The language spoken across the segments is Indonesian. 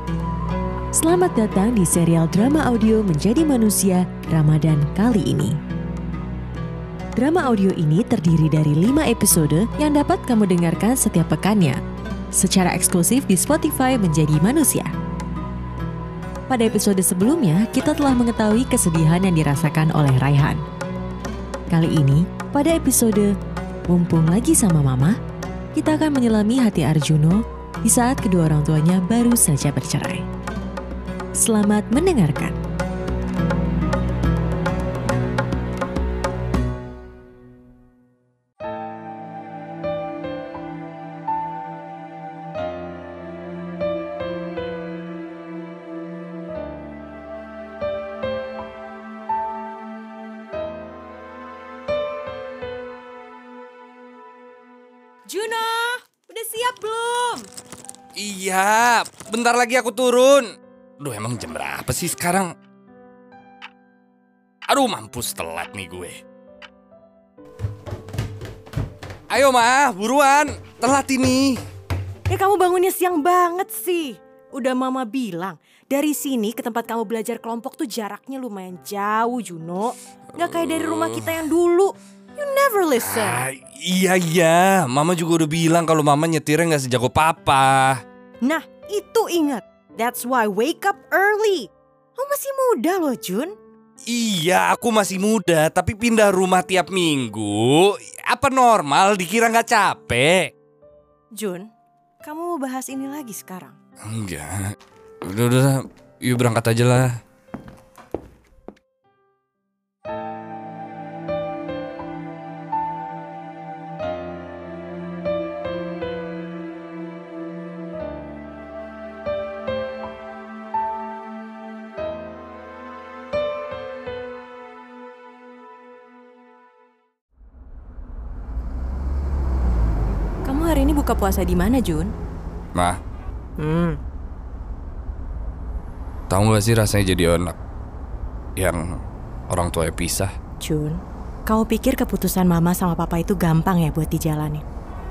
Selamat datang di serial drama audio Menjadi Manusia Ramadan kali ini. Drama audio ini terdiri dari 5 episode yang dapat kamu dengarkan setiap pekannya, secara eksklusif di Spotify Menjadi Manusia. Pada episode sebelumnya, kita telah mengetahui kesedihan yang dirasakan oleh Raihan. Kali ini, pada episode Mumpung Lagi Sama Mama, kita akan menyelami hati Arjuno di saat kedua orang tuanya baru saja bercerai. Selamat mendengarkan. Juno, udah siap belum? Iya, bentar lagi aku turun. Duh, emang jam berapa sih sekarang? Aduh, mampus telat nih gue. Ayo Ma, buruan, telat ini. Kamu bangunnya siang banget sih. Udah mama bilang, dari sini ke tempat kamu belajar kelompok tuh jaraknya lumayan jauh, Juno. Gak kayak dari rumah kita yang dulu. You never listen. Iya, Mama juga udah bilang kalau Mama nyetirnya gak sejago Papa. Nah, itu ingat. That's why wake up early. Kamu masih muda loh, Jun. Iya, aku masih muda, tapi pindah rumah tiap minggu. Apa normal, dikira gak capek? Jun, kamu mau bahas ini lagi sekarang? Enggak, udah, yuk berangkat aja lah. Hari ini buka puasa di mana, Jun? Ma, tahu gak sih rasanya jadi anak yang orang tuanya pisah? Jun, kamu pikir keputusan mama sama papa itu gampang ya buat dijalanin?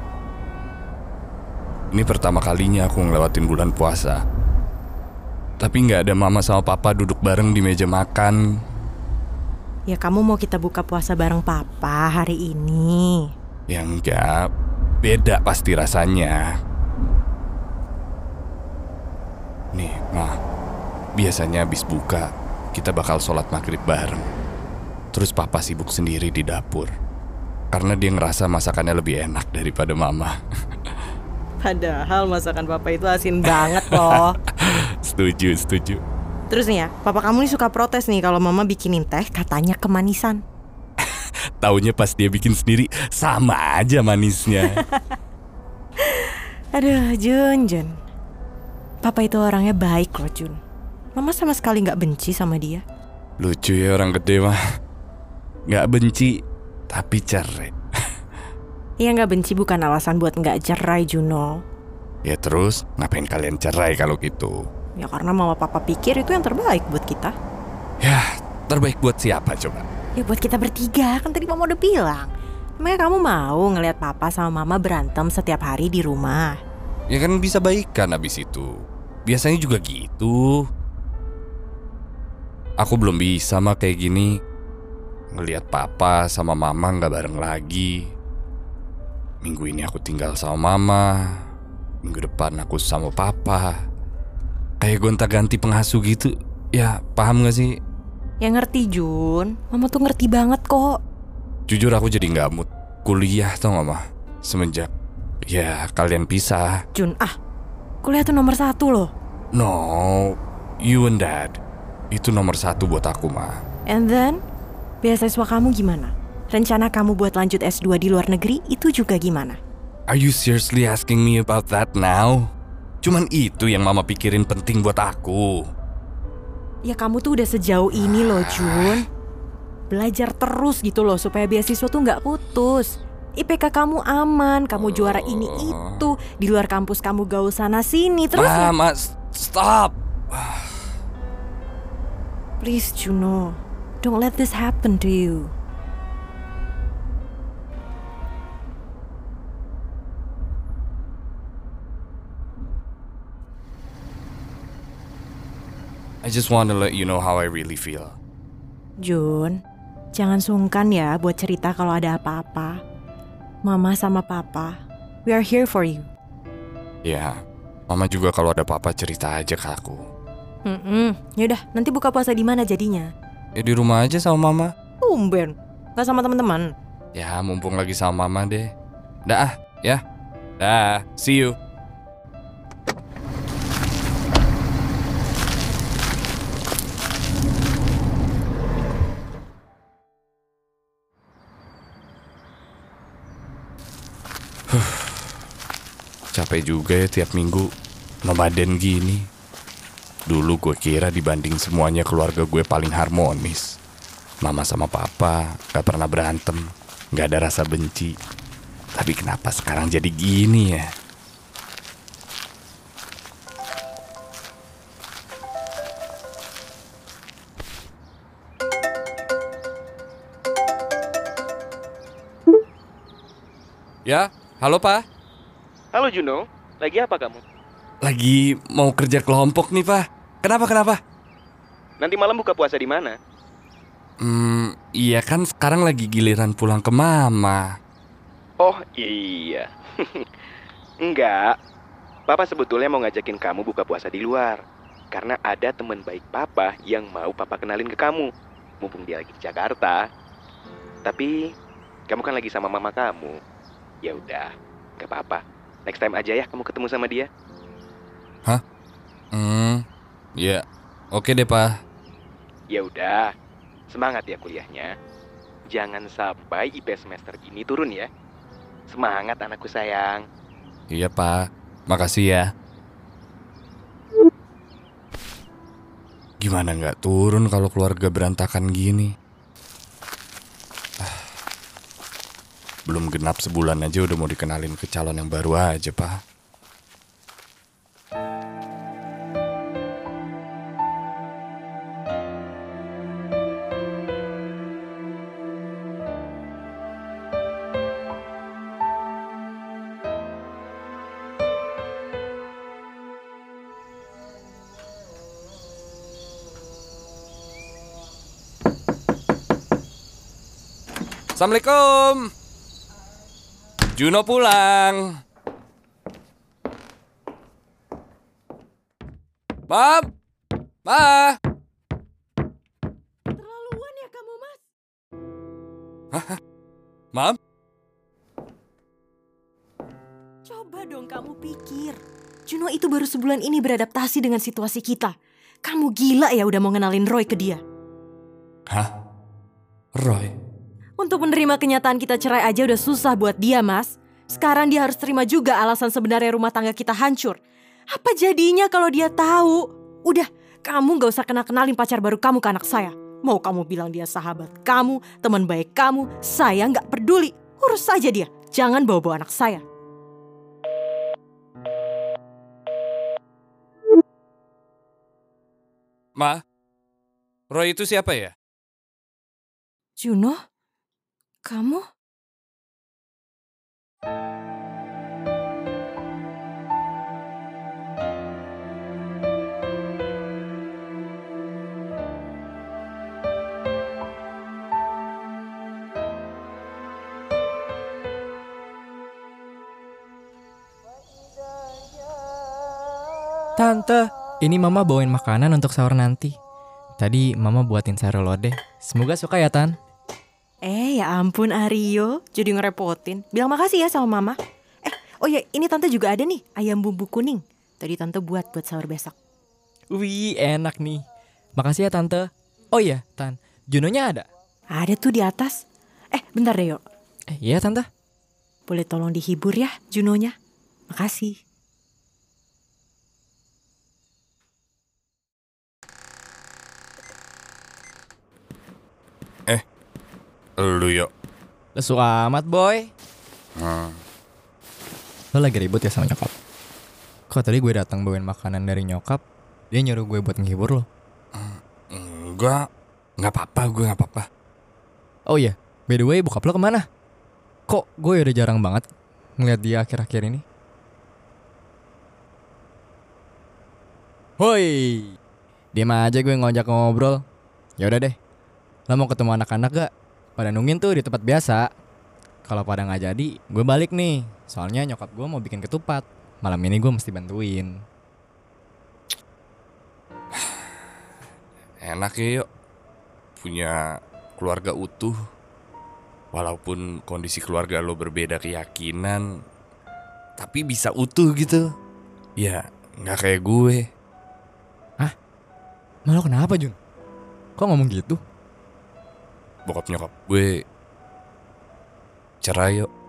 Ini pertama kalinya aku ngelewatin bulan puasa. Tapi gak ada mama sama papa duduk bareng di meja makan. Ya kamu mau kita buka puasa bareng papa hari ini? Ya enggak, beda pasti rasanya. Nih, Ma, biasanya habis buka, kita bakal sholat maghrib bareng. Terus papa sibuk sendiri di dapur. Karena dia ngerasa masakannya lebih enak daripada mama. Padahal masakan papa itu asin banget loh. Setuju. Terus nih ya, papa kamu nih suka protes nih kalau mama bikinin teh katanya kemanisan. Taunya pas dia bikin sendiri sama aja manisnya. Aduh, Jun. Papa itu orangnya baik loh, Jun. Mama sama sekali gak benci sama dia. Lucu ya orang gede mah. Gak benci, tapi cerai. Ya gak benci bukan alasan buat gak cerai, Juno. Ya terus, ngapain kalian cerai kalau gitu? Ya karena mama papa pikir itu yang terbaik buat kita. Ya, terbaik buat siapa coba? Ya buat kita bertiga, kan tadi mama udah bilang. Emangnya kamu mau ngelihat papa sama mama berantem setiap hari di rumah? Ya kan bisa baikan abis itu. Biasanya juga gitu. Aku belum bisa mah kayak gini. Ngelihat papa sama mama gak bareng lagi. Minggu ini aku tinggal sama mama. Minggu depan aku sama papa. Kayak gonta-ganti pengasuh gitu. Ya paham gak sih? Ya ngerti, Jun. Mama tuh ngerti banget kok. Jujur aku jadi gak mood kuliah tau gak mah. Semenjak ya kalian pisah. Jun, kuliah tuh nomor 1 loh. No, you and dad. Itu nomor 1 buat aku mah. And then, beasiswa kamu gimana? Rencana kamu buat lanjut S2 di luar negeri itu juga gimana? Are you seriously asking me about that now? Cuman itu yang mama pikirin penting buat aku. Ya kamu tuh udah sejauh ini loh, Jun. Belajar terus gitu loh supaya beasiswa tuh gak putus. IPK kamu aman, kamu juara ini itu. Di luar kampus kamu gaul sana sini. Terus Mama, stop. Please, Juno. Don't let this happen to you. I just want to let you know how I really feel. Jun, jangan sungkan ya buat cerita kalau ada apa-apa. Mama sama Papa, we are here for you. Ya, Mama juga kalau ada apa-apa cerita aja ke aku. Yaudah, nanti buka puasa di mana jadinya? Ya di rumah aja sama Mama. Tumben, gak sama teman-teman. Ya mumpung lagi sama Mama deh. Dah ya. Dah, see you. Capek juga ya tiap minggu nomaden gini. Dulu gue kira dibanding semuanya keluarga gue paling harmonis. Mama sama Papa gak pernah berantem, gak ada rasa benci. Tapi kenapa sekarang jadi gini ya? Ya, halo Pak. Halo Juno, lagi apa kamu? Lagi mau kerja kelompok nih Pak. Kenapa? Nanti malam buka puasa di mana? Iya kan sekarang lagi giliran pulang ke Mama. Oh iya. Enggak, Papa sebetulnya mau ngajakin kamu buka puasa di luar. Karena ada teman baik Papa yang mau Papa kenalin ke kamu. Mumpung dia lagi di Jakarta. Tapi kamu kan lagi sama mama kamu. Ya udah, gak apa-apa. Next time aja ya kamu ketemu sama dia. Hah? Ya, oke deh Pak. Ya udah, semangat ya kuliahnya. Jangan sampai IP semester ini turun ya. Semangat anakku sayang. Iya Pak, makasih ya. Gimana nggak turun kalau keluarga berantakan gini? Belum genap sebulan aja udah mau dikenalin ke calon yang baru aja Pak. Assalamualaikum. Juno pulang. Mam. Ma. Terlaluan ya kamu, Mas. Mam. Coba dong kamu pikir. Juno itu baru sebulan ini beradaptasi dengan situasi kita. Kamu gila ya udah mau ngenalin Roy ke dia. Hah? Roy? Untuk menerima kenyataan kita cerai aja udah susah buat dia, Mas. Sekarang dia harus terima juga alasan sebenarnya rumah tangga kita hancur. Apa jadinya kalau dia tahu? Udah, kamu gak usah kenalin pacar baru kamu ke anak saya. Mau kamu bilang dia sahabat kamu, teman baik kamu, saya gak peduli. Urus saja dia, jangan bawa-bawa anak saya. Ma, Roy itu siapa ya? Juno, kamu? Tante, ini Mama bawain makanan untuk sahur nanti. Tadi Mama buatin sayur lodeh. Semoga suka ya, Tan. Ya ampun Aryo, jadi ngerepotin. Bilang makasih ya sama Mama. Oh ya, ini Tante juga ada nih, ayam bumbu kuning. Tadi Tante buat sahur besok. Wih, enak nih. Makasih ya, Tante. Oh iya, Tan. Junonya ada? Ada tuh di atas. Bentar deh, yuk. Iya, Tante. Boleh tolong dihibur ya, Junonya? Makasih. Lu yuk. Lesu amat, boy. Lo lagi ribut ya sama nyokap? Kok tadi gue datang bawain makanan dari nyokap, dia nyuruh gue buat menghibur lo? Enggak apa-apa, gue gak apa-apa. Oh iya, by the way, bokap lo kemana? Kok gue udah jarang banget ngeliat dia akhir-akhir ini? Hoi, Diam aja gue ngajak ngobrol. Ya udah deh. Lo mau ketemu anak-anak gak? Pada nungguin tuh di tempat biasa. Kalau pada nggak jadi, gue balik nih. Soalnya nyokap gue mau bikin ketupat. Malam ini gue mesti bantuin. Enak ya yuk, punya keluarga utuh. Walaupun kondisi keluarga lo berbeda keyakinan, tapi bisa utuh gitu. Ya gak kayak gue. Malah kenapa Jun? Kok ngomong gitu? Bokap nyokap gue cerai yuk.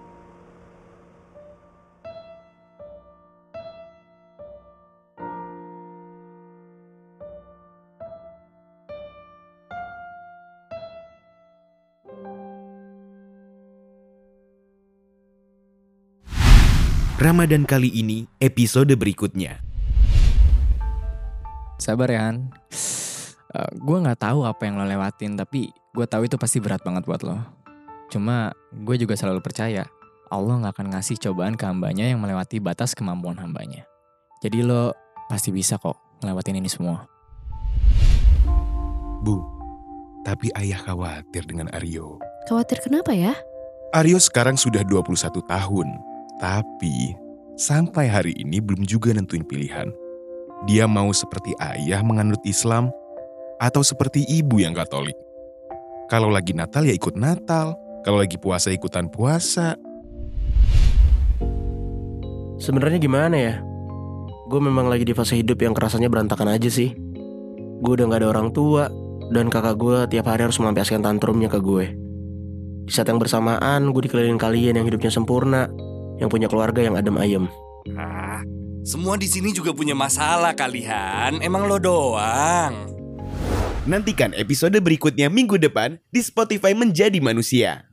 Ramadan kali ini, episode berikutnya. Sabar ya Han. Gue gak tahu apa yang lo lewatin, tapi gue tahu itu pasti berat banget buat lo. Cuma gue juga selalu percaya Allah gak akan ngasih cobaan ke hambanya yang melewati batas kemampuan hambanya. Jadi lo pasti bisa kok ngelewatin ini semua. Bu, tapi ayah khawatir dengan Aryo. Khawatir kenapa ya? Aryo sekarang sudah 21 tahun, tapi sampai hari ini belum juga nentuin pilihan. Dia mau seperti ayah menganut Islam atau seperti ibu yang Katolik. Kalau lagi Natal ya ikut Natal, kalau lagi puasa ikutan puasa. Sebenarnya gimana ya? Gue memang lagi di fase hidup yang kerasanya berantakan aja sih. Gue udah gak ada orang tua, dan kakak gue tiap hari harus melampiaskan tantrumnya ke gue. Di saat yang bersamaan, gue dikelilingin kalian yang hidupnya sempurna, yang punya keluarga yang adem ayem. Semua di sini juga punya masalah kalian. Emang lo doang. Nantikan episode berikutnya minggu depan di Spotify Menjadi Manusia.